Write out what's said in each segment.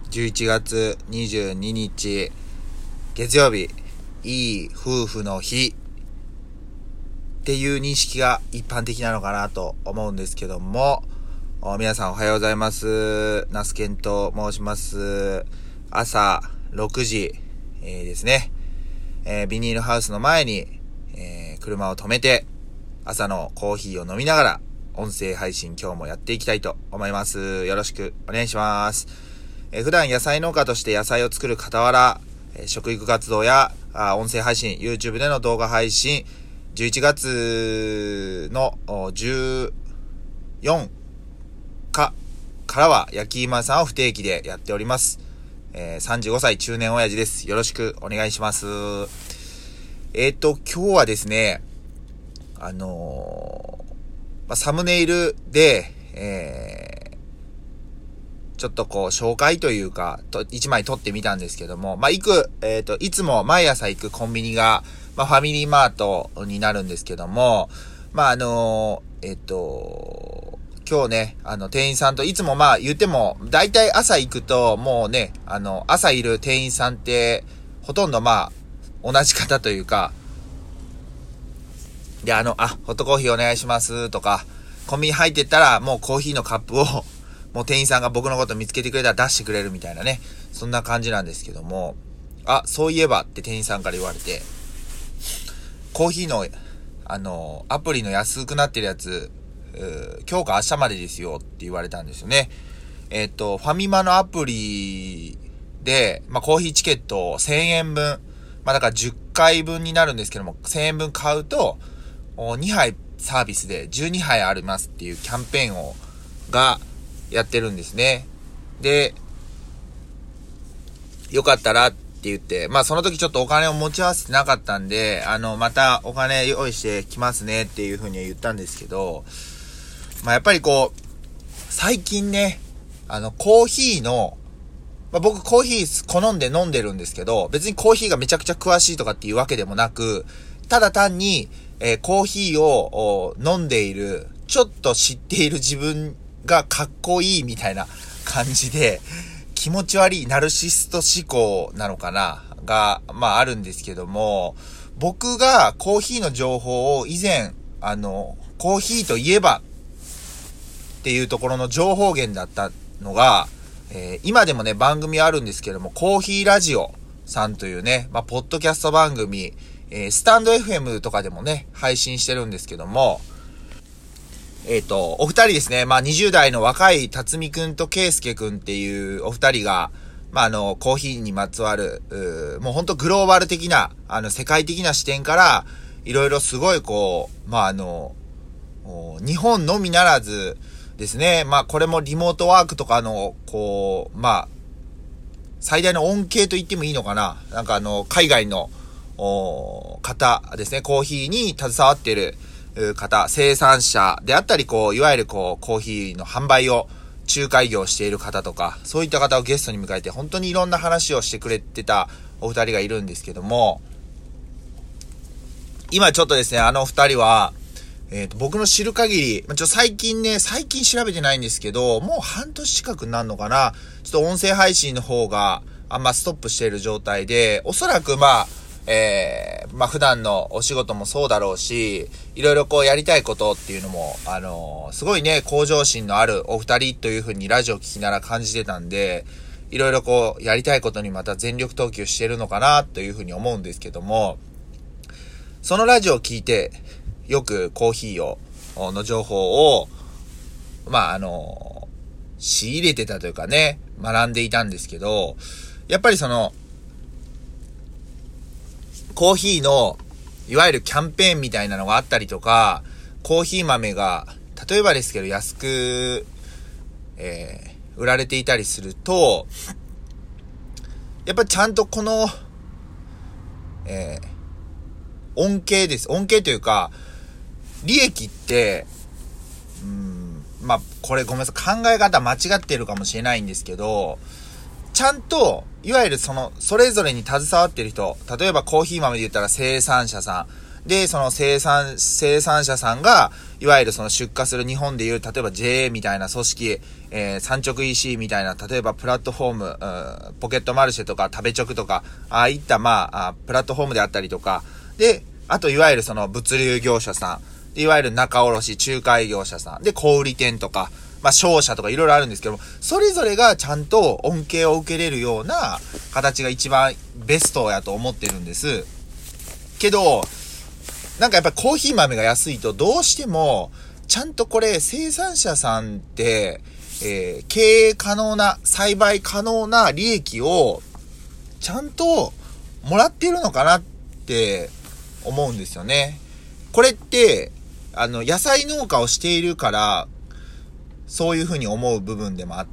11月22日月曜日、いい夫婦の日っていう認識が一般的なのかなと思うんですけども、皆さんおはようございます。那須健と申します。朝6時、ですね、ビニールハウスの前に、車を止めて朝のコーヒーを飲みながら音声配信今日もやっていきたいと思います。よろしくお願いします。普段野菜農家として野菜を作る傍ら、食育活動や音声配信、YouTube での動画配信、11月の14からは焼き芋さんを不定期でやっております。35歳中年親父です。よろしくお願いします。今日はですね、サムネイルで、ちょっとこう紹介というか一枚撮ってみたんですけども、いつも毎朝行くコンビニがファミリーマートになるんですけども、今日ね、店員さんといつも言ってもだいたい朝行くともうね、朝いる店員さんってほとんど同じ方というか、でホットコーヒーお願いしますとか、コンビニ入ってったらもうコーヒーのカップをもう店員さんが僕のこと見つけてくれたら出してくれるみたいなね、そんな感じなんですけども、そういえばって店員さんから言われて、コーヒーのアプリの安くなってるやつ、今日か明日までですよって言われたんですよね。ファミマのアプリで、コーヒーチケットを1000円分、だから10回分になるんですけども、1000円分買うと2杯サービスで12杯ありますっていうキャンペーンがやってるんですね。で、よかったらって言って、その時ちょっとお金を持ち合わせてなかったんで、またお金用意してきますねっていう風には言ったんですけど、やっぱり最近ね、コーヒーの、僕コーヒー好んで飲んでるんですけど、別にコーヒーがめちゃくちゃ詳しいとかっていうわけでもなく、ただ単に、コーヒーを飲んでいる、ちょっと知っている自分がかっこいいみたいな感じで、気持ち悪いナルシスト思考なのかなが、あるんですけども、僕がコーヒーの情報を以前、コーヒーといえばっていうところの情報源だったのが、今でもね、番組あるんですけども、コーヒーラジオさんというね、ポッドキャスト番組、スタンド FM とかでもね、配信してるんですけども、お二人ですね、20代の若い辰巳くんと圭介くんっていうお二人が、コーヒーにまつわる、もうほんとグローバル的な、世界的な視点から、いろいろすごい日本のみならずですね、これもリモートワークとかの、最大の恩恵と言ってもいいのかな。海外の、方ですね、コーヒーに携わっている方、生産者であったり、いわゆるコーヒーの販売を仲介業している方とか、そういった方をゲストに迎えて、本当にいろんな話をしてくれてたお二人がいるんですけども、今ちょっとですね、二人は、僕の知る限り、最近調べてないんですけど、もう半年近くなるのかな、ちょっと音声配信の方がストップしている状態で、おそらく普段のお仕事もそうだろうし、いろいろやりたいことっていうのも、すごいね、向上心のあるお二人という風にラジオ聞きながら感じてたんで、いろいろやりたいことにまた全力投球してるのかなという風に思うんですけども、そのラジオを聞いて、よくコーヒーの情報を、仕入れてたというかね、学んでいたんですけど、やっぱりコーヒーのいわゆるキャンペーンみたいなのがあったりとか、コーヒー豆が例えばですけど安く、売られていたりすると、やっぱりちゃんと恩恵というか利益ってこれごめんなさい、考え方間違ってるかもしれないんですけど、ちゃんといわゆるそれぞれに携わってる人、例えばコーヒー豆で言ったら生産者さんで、その生産者さんが、いわゆるその出荷する日本でいう、例えば JA みたいな組織、産直 EC みたいな、例えばプラットフォーム、ポケットマルシェとか食べチョクとか、ああいったプラットフォームであったりとか、で、あといわゆるその物流業者さん、でいわゆる仲卸、仲介業者さん、で、小売店とか、商社とかいろいろあるんですけども、それぞれがちゃんと恩恵を受けれるような形が一番ベストやと思ってるんです。けど、なんかやっぱりコーヒー豆が安いとどうしても、ちゃんとこれ生産者さんって、経営可能な、栽培可能な利益をちゃんともらってるのかなって思うんですよね。これって、野菜農家をしているから、そういうふうに思う部分でもあって、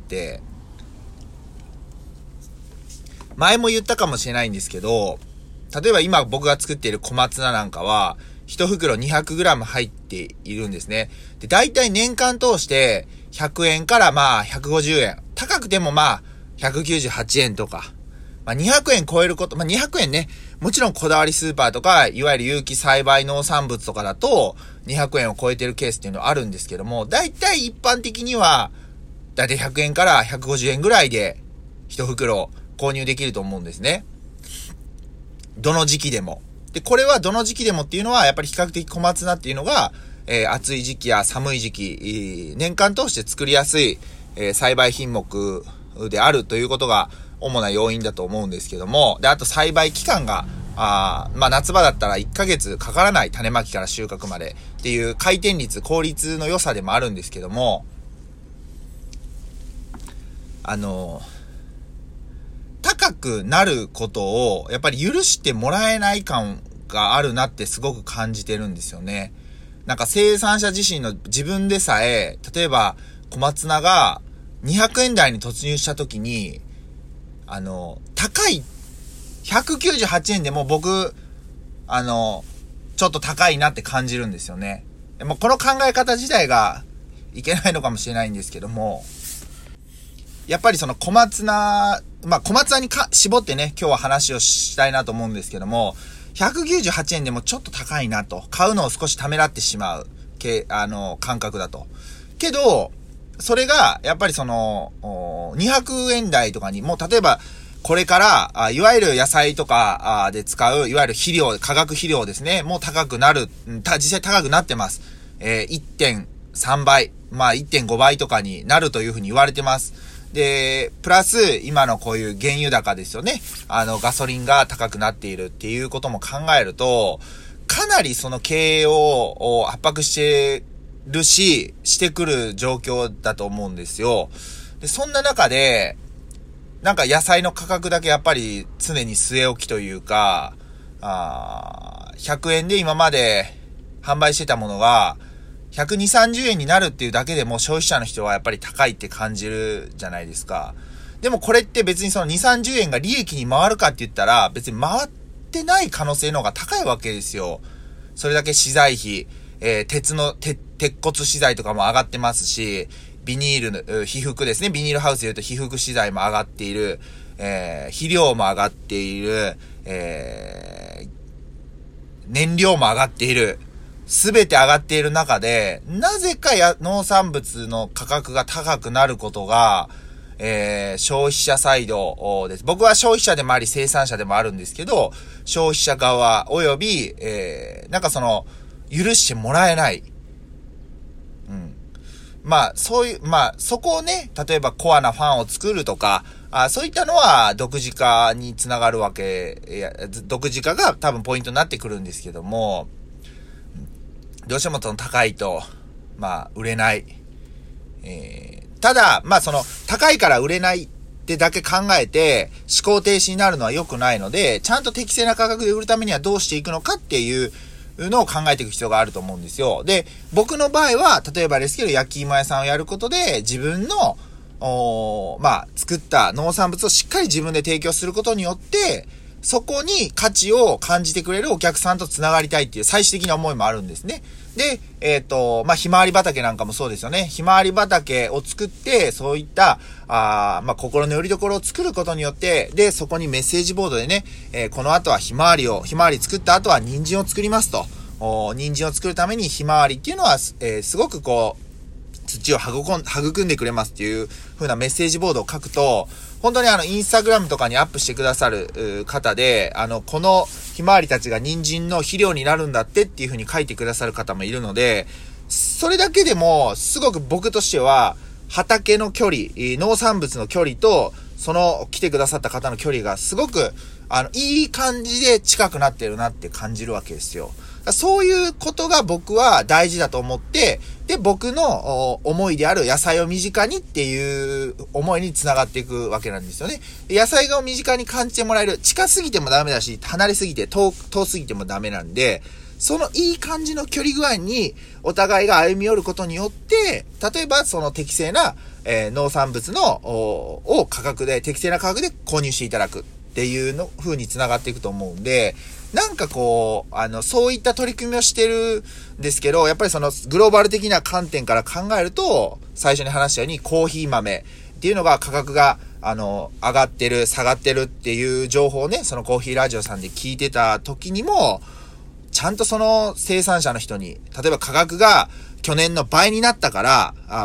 前も言ったかもしれないんですけど、例えば今僕が作っている小松菜なんかは、1袋 200g 入っているんですね。で、だいたい年間通して100円から150円。高くても198円とか。200円超えること、200円ね、もちろんこだわりスーパーとか、いわゆる有機栽培農産物とかだと、200円を超えてるケースっていうのはあるんですけども、だいたい一般的には、だいたい100円から150円ぐらいで、1袋購入できると思うんですね。どの時期でも。で、これはどの時期でもっていうのは、やっぱり比較的小松菜っていうのが、暑い時期や寒い時期、年間通して作りやすい、栽培品目であるということが、主な要因だと思うんですけども、で、あと栽培期間が、夏場だったら1ヶ月かからない種まきから収穫までっていう回転率、効率の良さでもあるんですけども、高くなることをやっぱり許してもらえない感があるなってすごく感じてるんですよね。なんか生産者自身の自分でさえ、例えば小松菜が200円台に突入した時に、高い、198円でも僕、ちょっと高いなって感じるんですよね。もうこの考え方自体がいけないのかもしれないんですけども、やっぱりその小松菜に絞ってね、今日は話をしたいなと思うんですけども、198円でもちょっと高いなと、買うのを少しためらってしまう、感覚だと。けど、それが、やっぱり200円台とかに、もう例えば、これから、いわゆる野菜とかで使う、いわゆる肥料、化学肥料ですね、もう高くなる、実際高くなってます。1.3 倍、1.5 倍とかになるというふうに言われてます。で、プラス、今のこういう原油高ですよね。ガソリンが高くなっているっていうことも考えると、かなりその経営を圧迫してくる状況だと思うんですよ。で、そんな中で、なんか野菜の価格だけやっぱり常に据え置きというか、100円で今まで販売してたものが、120、30円になるっていうだけでも消費者の人はやっぱり高いって感じるじゃないですか。でもこれって別にその2、30円が利益に回るかって言ったら、別に回ってない可能性の方が高いわけですよ。それだけ資材費、鉄骨資材とかも上がってますし、ビニール、被覆ですね。ビニールハウスで言うと被覆資材も上がっている、肥料も上がっている、燃料も上がっている。すべて上がっている中で、なぜか農産物の価格が高くなることが、消費者サイドです。僕は消費者でもあり生産者でもあるんですけど、消費者側および、許してもらえない。そこをね、例えばコアなファンを作るとか、そういったのは独自化につながる独自化が多分ポイントになってくるんですけども、どうしても高いと、売れない。ただ、高いから売れないってだけ考えて、思考停止になるのは良くないので、ちゃんと適正な価格で売るためにはどうしていくのかっていうのを考えていく必要があると思うんですよ。で、僕の場合は、例えばですけど、焼き芋屋さんをやることで、自分の、作った農産物をしっかり自分で提供することによって、そこに価値を感じてくれるお客さんとつながりたいっていう最終的な思いもあるんですね。で、ひまわり畑なんかもそうですよね。ひまわり畑を作って、そういった、心の拠り所を作ることによって、で、そこにメッセージボードでね、この後はひまわり作った後は人参を作りますと。 人参を作るためにひまわりっていうのは、すごくこう、土を育んでくれますっていう風なメッセージボードを書くと、本当にインスタグラムとかにアップしてくださる方で、このひまわりたちが人参の肥料になるんだってっていう風に書いてくださる方もいるので、それだけでも、すごく僕としては、畑の距離、農産物の距離と、その来てくださった方の距離がすごく、いい感じで近くなってるなって感じるわけですよ。そういうことが僕は大事だと思って、で、僕の思いである野菜を身近にっていう思いにつながっていくわけなんですよね。野菜が身近に感じてもらえる。近すぎてもダメだし、離れすぎて遠すぎてもダメなんで、そのいい感じの距離具合にお互いが歩み寄ることによって、例えばその適正な、農産物の適正な価格で購入していただくっていう風につながっていくと思うんで、なんかこう、そういった取り組みをしてるんですけど、やっぱりそのグローバル的な観点から考えると、最初に話したようにコーヒー豆っていうのが価格が、上がってる、下がってるっていう情報をね、そのコーヒーラジオさんで聞いてた時にも、ちゃんとその生産者の人に、例えば価格が去年の倍になったから、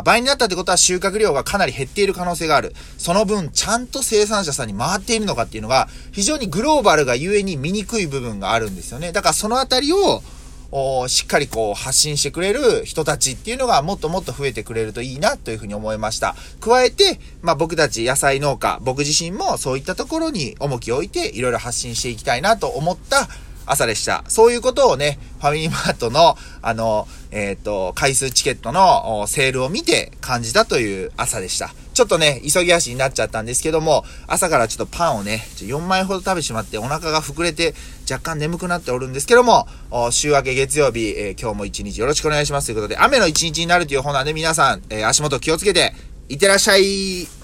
倍になったってことは収穫量がかなり減っている可能性がある。その分、ちゃんと生産者さんに回っているのかっていうのが、非常にグローバルがゆえに見にくい部分があるんですよね。だからそのあたりを、しっかりこう発信してくれる人たちっていうのがもっともっと増えてくれるといいなというふうに思いました。加えて、僕たち野菜農家、僕自身もそういったところに重きを置いていろいろ発信していきたいなと思った朝でした。そういうことをね、ファミリーマートの、回数チケットのセールを見て感じたという朝でした。ちょっとね、急ぎ足になっちゃったんですけども、朝からちょっとパンをね、4枚ほど食べてしまってお腹が膨れて若干眠くなっておるんですけども、週明け月曜日、今日も一日よろしくお願いしますということで、雨の一日になるという方なんで皆さん、足元気をつけて、いってらっしゃい。